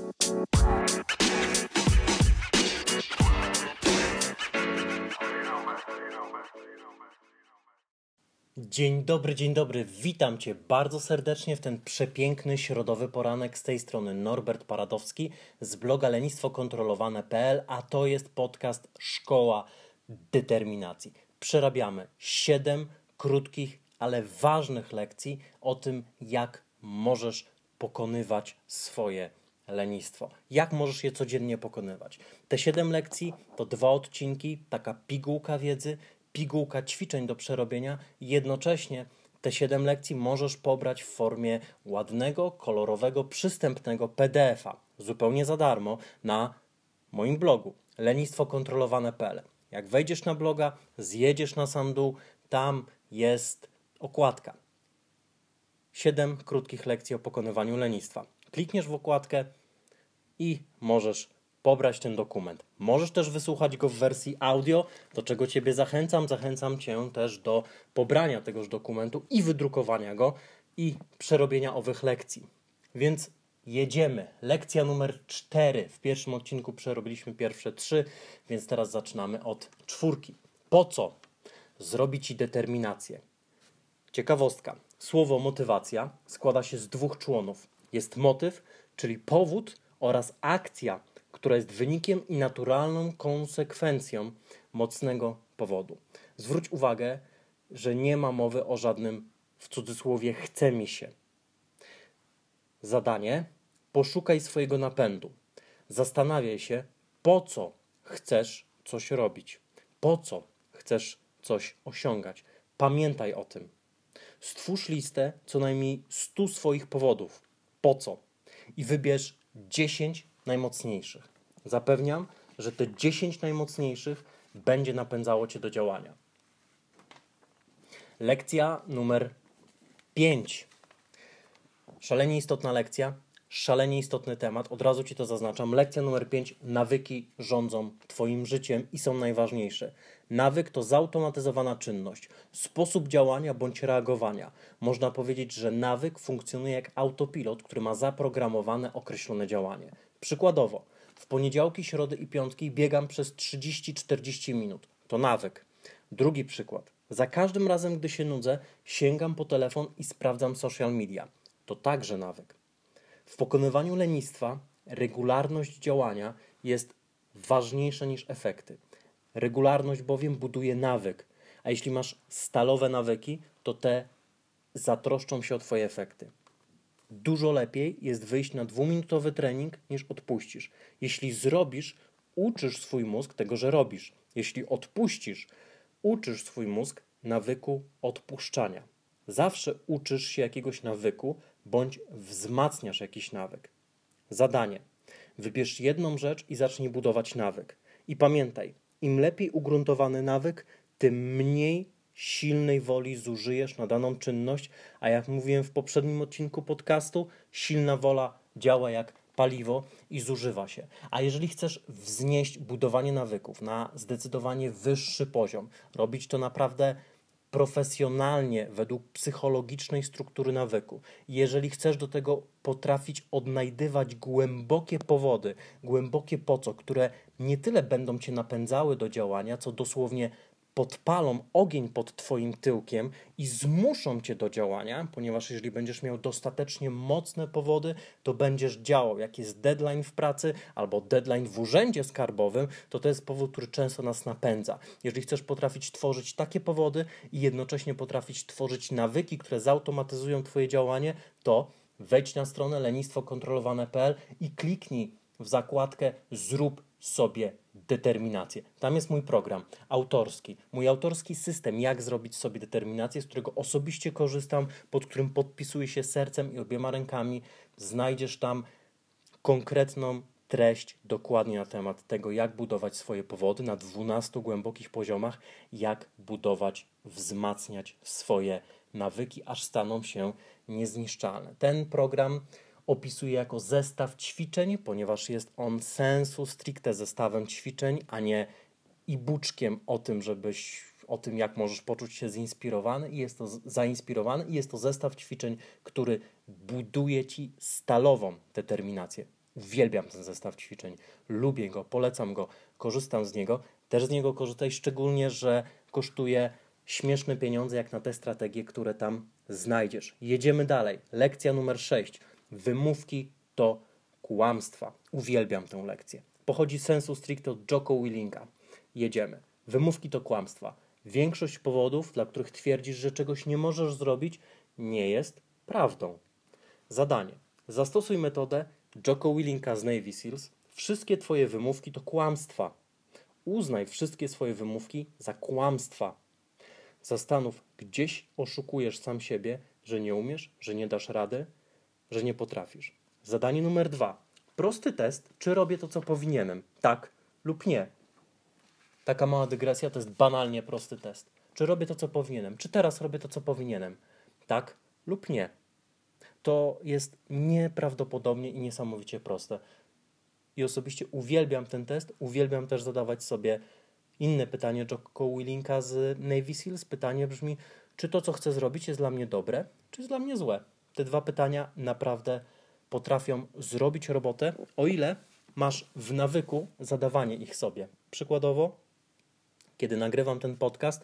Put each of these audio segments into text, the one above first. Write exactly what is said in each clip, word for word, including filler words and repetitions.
Dzień dobry, dzień dobry, witam Cię bardzo serdecznie w ten przepiękny środowy poranek. Z tej strony Norbert Paradowski z bloga lenistwo kontrolowane kropka p l, a to jest podcast Szkoła Determinacji. Przerabiamy siedem krótkich, ale ważnych lekcji o tym, jak możesz pokonywać swoje lenistwo. Jak możesz je codziennie pokonywać. Te siedem lekcji to dwa odcinki, taka pigułka wiedzy, pigułka ćwiczeń do przerobienia i jednocześnie te siedem lekcji możesz pobrać w formie ładnego, kolorowego, przystępnego P D F a zupełnie za darmo na moim blogu lenistwo kontrolowane kropka p l. Jak wejdziesz na bloga, zjedziesz na sam dół, tam jest okładka. siedem krótkich lekcji o pokonywaniu lenistwa. Klikniesz w okładkę i możesz pobrać ten dokument. Możesz też wysłuchać go w wersji audio, do czego Ciebie zachęcam. Zachęcam Cię też do pobrania tegoż dokumentu i wydrukowania go i przerobienia owych lekcji. Więc jedziemy. Lekcja numer cztery. W pierwszym odcinku przerobiliśmy pierwsze trzy, więc teraz zaczynamy od czwórki. Po co? Zrobi Ci determinację. Ciekawostka. Słowo motywacja składa się z dwóch członów. Jest motyw, czyli powód, oraz akcja, która jest wynikiem i naturalną konsekwencją mocnego powodu. Zwróć uwagę, że nie ma mowy o żadnym, w cudzysłowie, chce mi się. Zadanie: poszukaj swojego napędu. Zastanawiaj się, po co chcesz coś robić. Po co chcesz coś osiągać. Pamiętaj o tym. Stwórz listę co najmniej stu swoich powodów. Po co? I wybierz dziesięć najmocniejszych. Zapewniam, że te dziesięć najmocniejszych będzie napędzało Cię do działania. Lekcja numer pięć. Szalenie istotna lekcja, szalenie istotny temat. Od razu Ci to zaznaczam. Lekcja numer pięć. Nawyki rządzą Twoim życiem i są najważniejsze. Nawyk to zautomatyzowana czynność, sposób działania bądź reagowania. Można powiedzieć, że nawyk funkcjonuje jak autopilot, który ma zaprogramowane określone działanie. Przykładowo, w poniedziałki, środy i piątki biegam przez trzydzieści czterdzieści minut. To nawyk. Drugi przykład. Za każdym razem, gdy się nudzę, sięgam po telefon i sprawdzam social media. To także nawyk. W pokonywaniu lenistwa regularność działania jest ważniejsza niż efekty. Regularność bowiem buduje nawyk, a jeśli masz stalowe nawyki, to te zatroszczą się o Twoje efekty. Dużo lepiej jest wyjść na dwuminutowy trening niż odpuścisz. Jeśli zrobisz, uczysz swój mózg tego, że robisz. Jeśli odpuścisz, uczysz swój mózg nawyku odpuszczania. Zawsze uczysz się jakiegoś nawyku bądź wzmacniasz jakiś nawyk. Zadanie. Wybierz jedną rzecz i zacznij budować nawyk. I pamiętaj, im lepiej ugruntowany nawyk, tym mniej silnej woli zużyjesz na daną czynność, a jak mówiłem w poprzednim odcinku podcastu, silna wola działa jak paliwo i zużywa się. A jeżeli chcesz wznieść budowanie nawyków na zdecydowanie wyższy poziom, robić to naprawdę profesjonalnie, według psychologicznej struktury nawyku. Jeżeli chcesz do tego potrafić odnajdywać głębokie powody, głębokie po co, które nie tyle będą Cię napędzały do działania, co dosłownie podpalą ogień pod Twoim tyłkiem i zmuszą Cię do działania, ponieważ jeżeli będziesz miał dostatecznie mocne powody, to będziesz działał. Jak jest deadline w pracy albo deadline w urzędzie skarbowym, to to jest powód, który często nas napędza. Jeżeli chcesz potrafić tworzyć takie powody i jednocześnie potrafić tworzyć nawyki, które zautomatyzują Twoje działanie, to wejdź na stronę lenistwo kontrolowane kropka p l i kliknij w zakładkę Zrób sobie determinację. Tam jest mój program autorski, mój autorski system, jak zrobić sobie determinację, z którego osobiście korzystam, pod którym podpisuję się sercem i obiema rękami. Znajdziesz tam konkretną treść dokładnie na temat tego, jak budować swoje powody na dwunastu głębokich poziomach, jak budować, wzmacniać swoje nawyki, aż staną się niezniszczalne. Ten program opisuję jako zestaw ćwiczeń, ponieważ jest on sensu stricte zestawem ćwiczeń, a nie e-booczkiem o tym, żebyś o tym, jak możesz poczuć się zinspirowany i jest to zainspirowany i jest to zestaw ćwiczeń, który buduje Ci stalową determinację. Uwielbiam ten zestaw ćwiczeń. Lubię go, polecam go, korzystam z niego. Też z niego korzystaj, szczególnie, że kosztuje śmieszne pieniądze jak na te strategie, które tam znajdziesz. Jedziemy dalej. Lekcja numer sześć. Wymówki to kłamstwa. Uwielbiam tę lekcję. Pochodzi sensu stricte od Jocko Willinga. Jedziemy. Wymówki to kłamstwa. Większość powodów, dla których twierdzisz, że czegoś nie możesz zrobić, nie jest prawdą. Zadanie. Zastosuj metodę Jocko Willinga z Navy Seals. Wszystkie twoje wymówki to kłamstwa. Uznaj wszystkie swoje wymówki za kłamstwa. Zastanów, gdzieś oszukujesz sam siebie, że nie umiesz, że nie dasz rady, że nie potrafisz. Zadanie numer dwa. Prosty test, czy robię to, co powinienem. Tak lub nie. Taka mała dygresja to jest banalnie prosty test. Czy robię to, co powinienem? Czy teraz robię to, co powinienem? Tak lub nie. To jest nieprawdopodobnie i niesamowicie proste. I osobiście uwielbiam ten test. Uwielbiam też zadawać sobie inne pytanie Jocko Willinga z Navy Seals. Pytanie brzmi, czy to, co chcę zrobić, jest dla mnie dobre, czy jest dla mnie złe? Te dwa pytania naprawdę potrafią zrobić robotę, o ile masz w nawyku zadawanie ich sobie. Przykładowo, kiedy nagrywam ten podcast,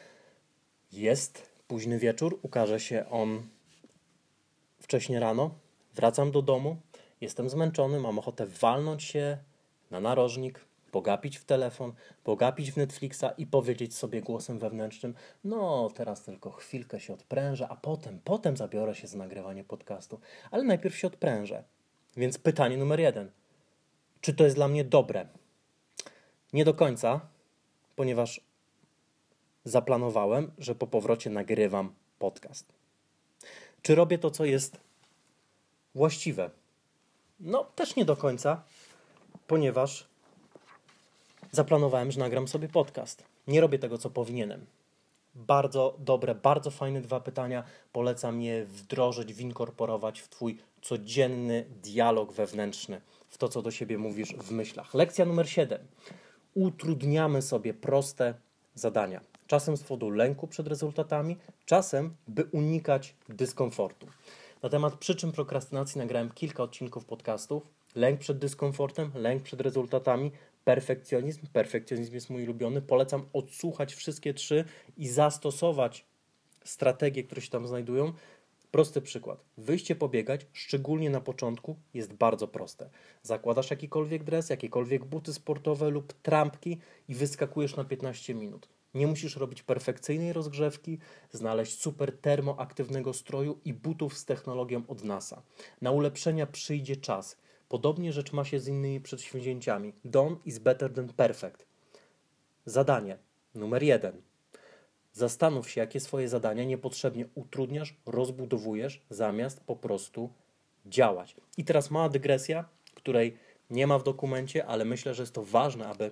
jest późny wieczór, ukaże się on wcześnie rano, wracam do domu, jestem zmęczony, mam ochotę walnąć się na narożnik, pogapić w telefon, pogapić w Netflixa i powiedzieć sobie głosem wewnętrznym, no teraz tylko chwilkę się odprężę, a potem, potem zabiorę się za nagrywanie podcastu, ale najpierw się odprężę. Więc pytanie numer jeden. Czy to jest dla mnie dobre? Nie do końca, ponieważ zaplanowałem, że po powrocie nagrywam podcast. Czy robię to, co jest właściwe? No, też nie do końca, ponieważ zaplanowałem, że nagram sobie podcast. Nie robię tego, co powinienem. Bardzo dobre, bardzo fajne dwa pytania. Polecam je wdrożyć, winkorporować w twój codzienny dialog wewnętrzny, w to, co do siebie mówisz w myślach. Lekcja numer siedem. Utrudniamy sobie proste zadania. Czasem z powodu lęku przed rezultatami, czasem, by unikać dyskomfortu. Na temat przyczyn prokrastynacji nagrałem kilka odcinków podcastów. Lęk przed dyskomfortem, lęk przed rezultatami, perfekcjonizm. Perfekcjonizm jest mój ulubiony. Polecam odsłuchać wszystkie trzy i zastosować strategie, które się tam znajdują. Prosty przykład. Wyjście pobiegać, szczególnie na początku, jest bardzo proste. Zakładasz jakikolwiek dres, jakiekolwiek buty sportowe lub trampki i wyskakujesz na piętnaście minut. Nie musisz robić perfekcyjnej rozgrzewki, znaleźć super termoaktywnego stroju i butów z technologią od NASA. Na ulepszenia przyjdzie czas. Podobnie rzecz ma się z innymi przedsięwzięciami. Done is better than perfect. Zadanie numer jeden. Zastanów się, jakie swoje zadania niepotrzebnie utrudniasz, rozbudowujesz, zamiast po prostu działać. I teraz mała dygresja, której nie ma w dokumencie, ale myślę, że jest to ważne, aby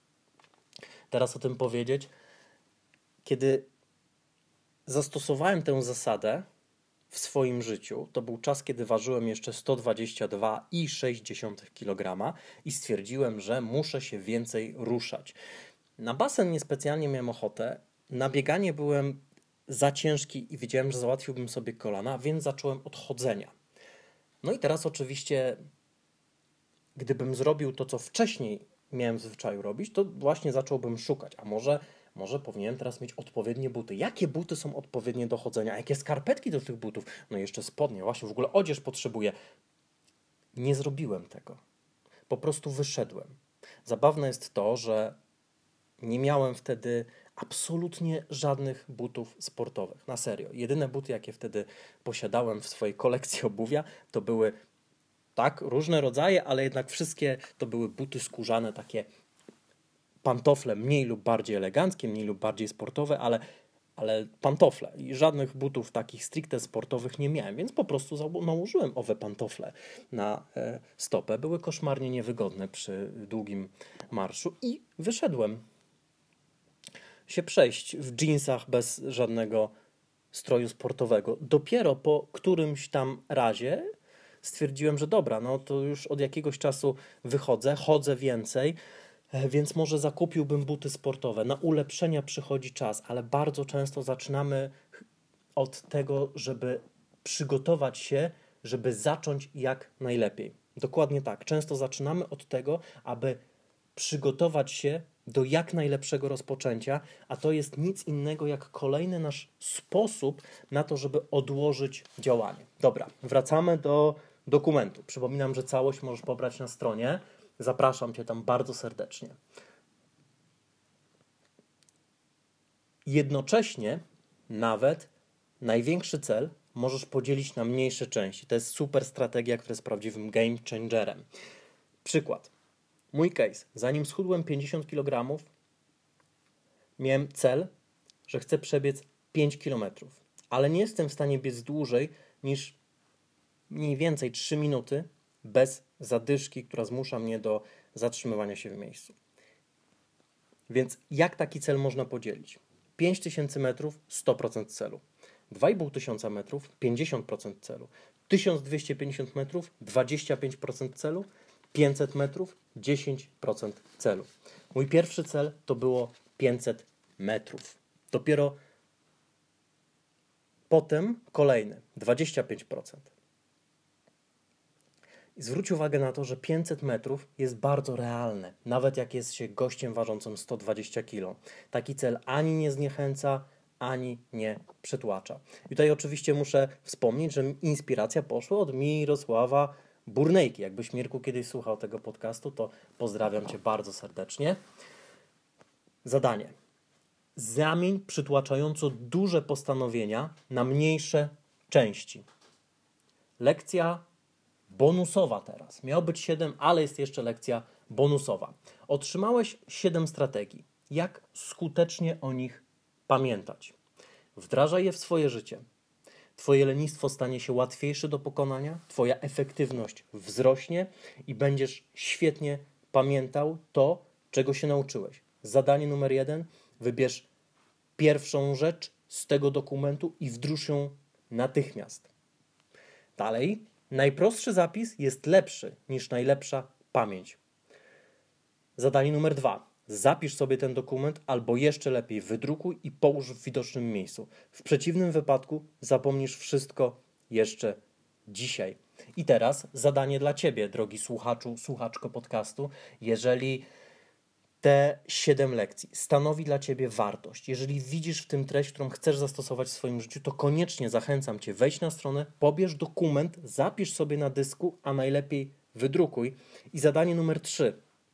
teraz o tym powiedzieć. Kiedy zastosowałem tę zasadę w swoim życiu, to był czas, kiedy ważyłem jeszcze sto dwadzieścia dwa i sześć dziesiątych kilograma i stwierdziłem, że muszę się więcej ruszać. Na basen niespecjalnie miałem ochotę, na bieganie byłem za ciężki i wiedziałem, że załatwiłbym sobie kolana, więc zacząłem od chodzenia. No i teraz oczywiście, gdybym zrobił to, co wcześniej miałem w zwyczaju robić, to właśnie zacząłbym szukać, a może, może powinienem teraz mieć odpowiednie buty. Jakie buty są odpowiednie do chodzenia? Jakie skarpetki do tych butów? No i jeszcze spodnie, właśnie w ogóle odzież potrzebuję. Nie zrobiłem tego. Po prostu wyszedłem. Zabawne jest to, że nie miałem wtedy absolutnie żadnych butów sportowych. Na serio. Jedyne buty, jakie wtedy posiadałem w swojej kolekcji obuwia, to były tak, różne rodzaje, ale jednak wszystkie to były buty skórzane, takie pantofle mniej lub bardziej eleganckie, mniej lub bardziej sportowe, ale, ale pantofle. I żadnych butów takich stricte sportowych nie miałem, więc po prostu nałożyłem owe pantofle na e, stopę. Były koszmarnie niewygodne przy długim marszu i wyszedłem się przejść w dżinsach bez żadnego stroju sportowego. Dopiero po którymś tam razie stwierdziłem, że dobra, no to już od jakiegoś czasu wychodzę, chodzę więcej, więc może zakupiłbym buty sportowe. Na ulepszenia przychodzi czas, ale bardzo często zaczynamy od tego, żeby przygotować się, żeby zacząć jak najlepiej. Dokładnie tak. Często zaczynamy od tego, aby przygotować się do jak najlepszego rozpoczęcia, a to jest nic innego jak kolejny nasz sposób na to, żeby odłożyć działanie. Dobra, wracamy do dokumentu. Przypominam, że całość możesz pobrać na stronie. Zapraszam Cię tam bardzo serdecznie. Jednocześnie nawet największy cel możesz podzielić na mniejsze części. To jest super strategia, która jest prawdziwym game changerem. Przykład. Mój case. Zanim schudłem pięćdziesiąt kilogramów, miałem cel, że chcę przebiec pięć kilometrów, ale nie jestem w stanie biec dłużej niż mniej więcej trzy minuty bez zadyszki, która zmusza mnie do zatrzymywania się w miejscu. Więc jak taki cel można podzielić? pięć tysięcy metrów, sto procent celu. dwa i pół tysiąca metrów, pięćdziesiąt procent celu. tysiąc dwieście pięćdziesiąt metrów, dwadzieścia pięć procent celu. pięćset metrów, dziesięć procent celu. Mój pierwszy cel to było pięćset metrów. Dopiero potem kolejny, dwadzieścia pięć procent. I zwróć uwagę na to, że pięćset metrów jest bardzo realne, nawet jak jest się gościem ważącym sto dwadzieścia kilo. Taki cel ani nie zniechęca, ani nie przytłacza. I tutaj oczywiście muszę wspomnieć, że inspiracja poszła od Mirosława Burnejki. Jakbyś, Mirku, kiedyś słuchał tego podcastu, to pozdrawiam Cię bardzo serdecznie. Zadanie. Zamień przytłaczająco duże postanowienia na mniejsze części. Lekcja bonusowa teraz. Miało być siedem, ale jest jeszcze lekcja bonusowa. Otrzymałeś siedem strategii. Jak skutecznie o nich pamiętać? Wdrażaj je w swoje życie. Twoje lenistwo stanie się łatwiejsze do pokonania, Twoja efektywność wzrośnie i będziesz świetnie pamiętał to, czego się nauczyłeś. Zadanie numer jeden. Wybierz pierwszą rzecz z tego dokumentu i wdróż ją natychmiast. Dalej. Najprostszy zapis jest lepszy niż najlepsza pamięć. Zadanie numer dwa. Zapisz sobie ten dokument albo jeszcze lepiej wydrukuj i połóż w widocznym miejscu. W przeciwnym wypadku zapomnisz wszystko jeszcze dzisiaj. I teraz zadanie dla Ciebie, drogi słuchaczu, słuchaczko podcastu. Jeżeli te siedem lekcji stanowi dla Ciebie wartość, jeżeli widzisz w tym treść, którą chcesz zastosować w swoim życiu, to koniecznie zachęcam Cię, wejdź na stronę, pobierz dokument, zapisz sobie na dysku, a najlepiej wydrukuj. I zadanie numer trzy.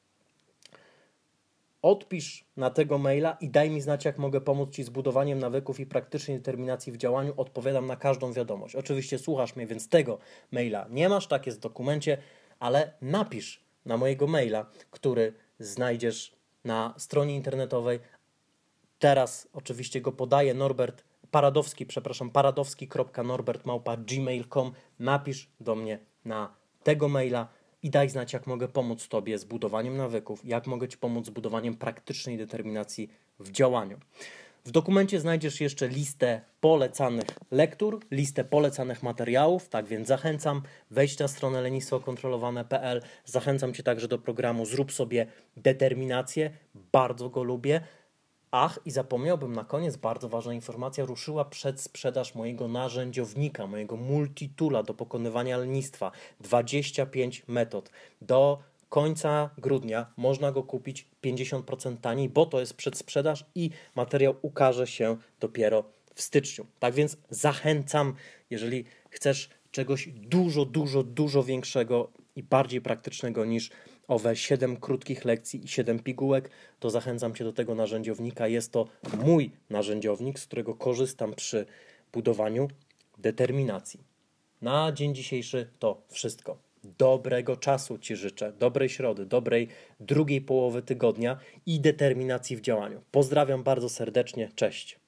Odpisz na tego maila i daj mi znać, jak mogę pomóc Ci z budowaniem nawyków i praktycznej determinacji w działaniu. Odpowiadam na każdą wiadomość. Oczywiście słuchasz mnie, więc tego maila nie masz, tak jest w dokumencie, ale napisz na mojego maila, który znajdziesz na stronie internetowej. Teraz oczywiście go podaję, Norbert Paradowski, przepraszam, paradowski kropka norbert małpa gmail kropka com. Napisz do mnie na tego maila i daj znać, jak mogę pomóc Tobie z budowaniem nawyków, jak mogę Ci pomóc z budowaniem praktycznej determinacji w działaniu. W dokumencie znajdziesz jeszcze listę polecanych lektur, listę polecanych materiałów, tak więc zachęcam, wejdź na stronę lenistwo kontrolowane kropka p l. Zachęcam Cię także do programu Zrób sobie determinację, bardzo go lubię. Ach, i zapomniałbym na koniec, bardzo ważna informacja, ruszyła przedsprzedaż mojego narzędziownika, mojego multitoola do pokonywania lenistwa. dwadzieścia pięć metod. Do końca grudnia można go kupić pięćdziesiąt procent taniej, bo to jest przedsprzedaż i materiał ukaże się dopiero w styczniu. Tak więc zachęcam, jeżeli chcesz czegoś dużo, dużo, dużo większego i bardziej praktycznego niż owe siedem krótkich lekcji i siedem pigułek, to zachęcam Cię do tego narzędziownika. Jest to mój narzędziownik, z którego korzystam przy budowaniu determinacji. Na dzień dzisiejszy to wszystko. Dobrego czasu Ci życzę, dobrej środy, dobrej drugiej połowy tygodnia i determinacji w działaniu. Pozdrawiam bardzo serdecznie, cześć.